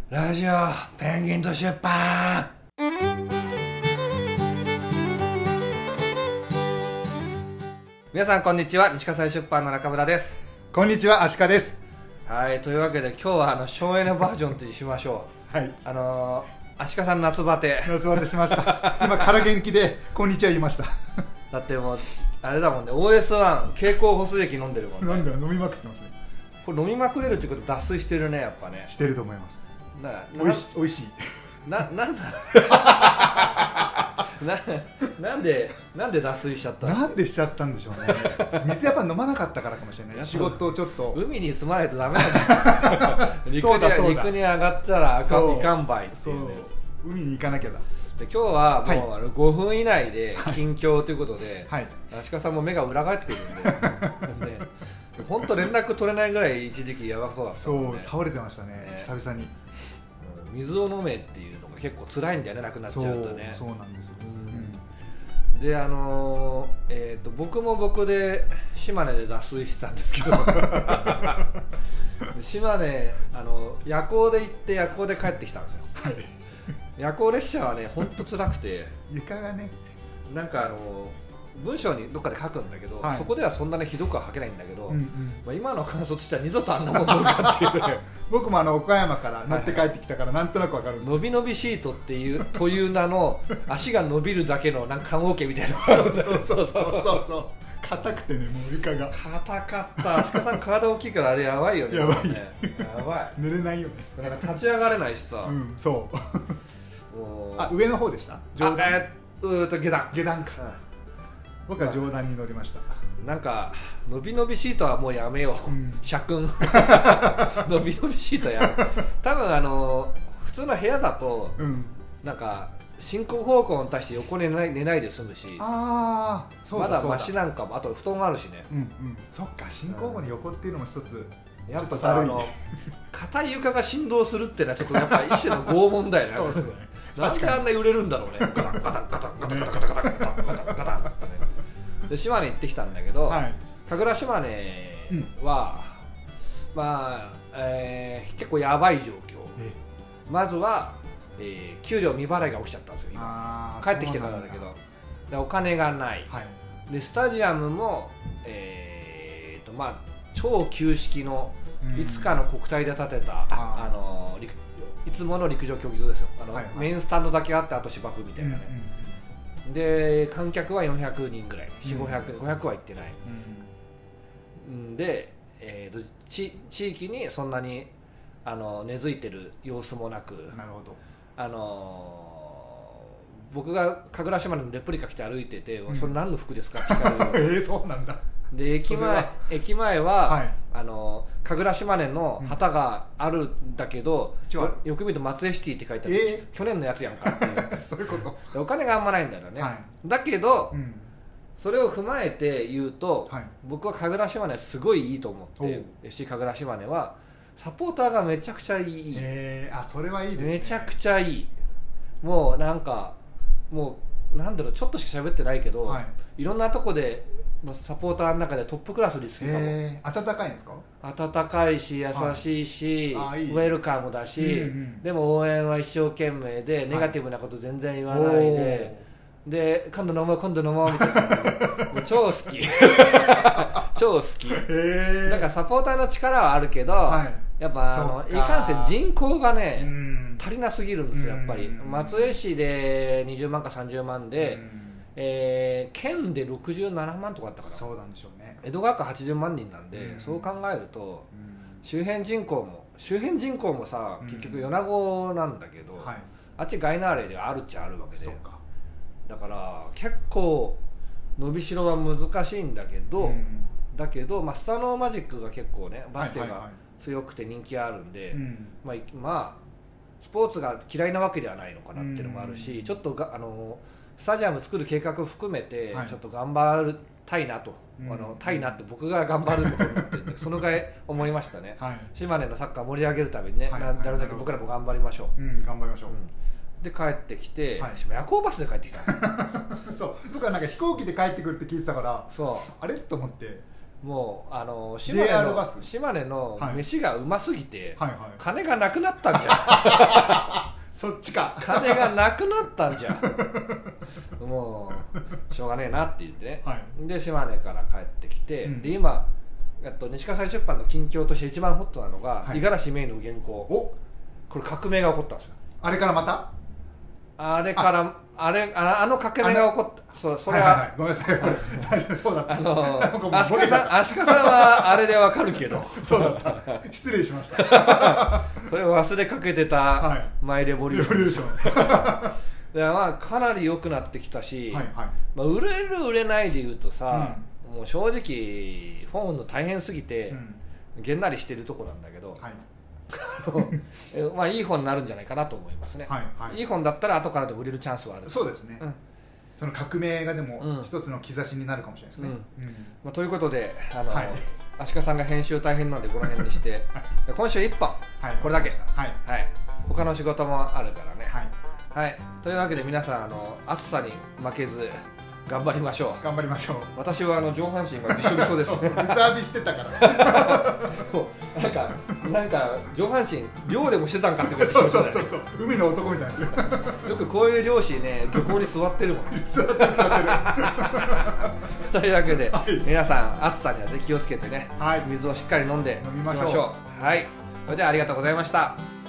ラジオペンギンと出版。皆さんこんにちは。西葛西出版の中村です。 こんにちは、アシカです。 はい、というわけで今日は省エネバージョンとしましょう。はい。 アシカさん夏バテしました今から元気でこんにちは言いましただってもうあれだもんね、 OS1 経口補水液飲んでるもんね。 飲みまくってますね。 これ飲みまくれるってこと脱水してるね、やっぱね。 してると思います。おいしいなんで脱水しちゃったの？ なんでしちゃったんでしょうね水やっぱ飲まなかったからかもしれない。仕事をちょっと海に住まないとダメなんじゃん陸に上がっちゃらいかんばいっていうね。 海に行かなきゃだ。 で今日はもう5分以内で近況ということで、 はい、 足利さんも目が裏返ってくるんで本当連絡取れないぐらい一時期やばそうだったもんね。 そう倒れてましたね、久々に。 水を飲めっていうのが結構辛いんだよね、なくなっちゃうとね。 そうなんですよ、 で僕も僕で島根で脱水してたんですけど島根夜行で行って夜行で帰ってきたんですよ。 はい。 夜行列車はねほんと辛くて、 床がねなんか文章にどっかで書くんだけど、 はい、 そこではそんなにひどくは書けないんだけど、まあ、今の感想としては二度とあんなもん乗るかっていうね僕も岡山から乗って帰ってきたからなんとなくわかるんです。 伸び伸びシートっていうという名の足が伸びるだけのなんか棺桶みたいなそう硬くてね、もう床が硬かった。足利さん体大きいからあれやばいよね。 やばい、 ね、やばい寝れないよね。 なんか立ち上がれないしさ、 そう上の方でした。上段下段か、僕は上段に乗りました。 なんか伸び伸びシートはもうやめよう、社訓伸び伸びシートやめ多分普通の部屋だと、なんか進行方向に対して横に寝ないで済むし、まだマシなんかも。あと布団あるしね。 そっか、進行方向に横っていうのも一つやっぱさ、硬い床が振動するってのはちょっとやっぱ一種の拷問だよね。 そうですね。 なんであんな揺れるんだろうね。ガタンガタンガタンガタンガタンガタンガタンガタンガタンってね。で島根行ってきたんだけど、神楽島根はまあ結構やばい状況。まずは給料未払いが起きちゃったんですよ。今帰ってきてからだけど、でお金がない。でスタジアムもまあ超旧式のいつかの国体で建てたいつもの陸上競技場ですよ。メインスタンドだけあってあと芝生みたいなね。で観客は400人ぐらい、400、500は行ってない。で、地域にそんなに根付いてる様子もなく、 なるほど。 僕が神楽島根のレプリカ着て歩いてて、それ何の服ですかって聞かれるそうなんだ。 で駅前は、神楽島根の旗があるんだけど、よく見ると松江シティって書いてある、去年のやつやんかっていうそういうこと。 お金があんまないんだよね、だけど、それを踏まえて言うと、僕は神楽島根すごいいいと思って、FC 神楽島根はサポーターがめちゃくちゃいい。 それはいいですね。 めちゃくちゃいい。もうなんかもうなんだろう、ちょっとしか喋ってないけど、いろんなとこでサポーターの中でトップクラスに好きかも。 温かいんですか？ 温かいし優しいし、ウェルカムだし、でも応援は一生懸命で、ネガティブなこと全然言わないで、今度飲もうみたいなもう超好き超好き。だからサポーターの力はあるけど、やっぱいかんせん人口がね足りなすぎるんですよ。やっぱり松江市で20万か30万で、県で67万とかあったから。 そうなんでしょうね。 江戸川区80万人なんで、そう考えると周辺人口もさ、結局米子なんだけど、あっちガイナーレであるっちゃあるわけで、だから結構伸びしろは難しいんだけど、まあ、スタノーマジックが結構ねバスケが強くて人気あるんで、まあスポーツが嫌いなわけではないのかなっていうのもあるし、ちょっとスタジアム作る計画を含めてちょっと頑張りたいなと、たいなって僕が頑張ると思ってるんでそのぐらい思いましたね。島根のサッカー盛り上げるためにね、なるだけ僕らも頑張りましょう。 頑張りましょう。 で帰ってきて、夜行バスで帰ってきたそう、僕はなんか飛行機で帰ってくるって聞いてたから、あれと思ってもう JR バス島根の飯がうますぎて、 はいはいはい、 金がなくなったんじゃんそっちか金がなくなったんじゃんもうしょうがねえなって言ってね、はい、で島根から帰ってきて、で今西葛西出版の近況として一番ホットなのが五十嵐芽衣の原稿、これ革命が起こったんですよ。 あれからまたあれからあの革命が起こった。それはごめんなさい大丈夫そうだった足利さんはあれでわかるけどそうだった失礼しましたこれ忘れかけてたマイレボリューションでまあかなり良くなってきたし、はいはい、まあ、売れる売れないで言うとさ、もう正直本の大変すぎて、げんなりしてるとこなんだけど、はいまあいい本になるんじゃないかなと思いますね、はいはい、いい本だったら後からで売れるチャンスはある。 そうですね、その革命がでも一つの兆しになるかもしれないですね、 まあ、ということではい、足利さんが編集大変なんでこの辺にして今週1本、はい、これだけ、はいはい、他の仕事もあるからね、はいはい、というわけで皆さん暑さに負けず頑張りましょう。 頑張りましょう。 私は上半身がびしょびしょです。 水浴びしてたからなんか上半身漁でもしてたんかってことそう海の男みたいなよくこういう漁師ね漁港に座ってるもん座ってるというわけで、はい、皆さん暑さにはぜひ気をつけてね、はい、水をしっかり飲んでみましょう。はい、それではありがとうございました。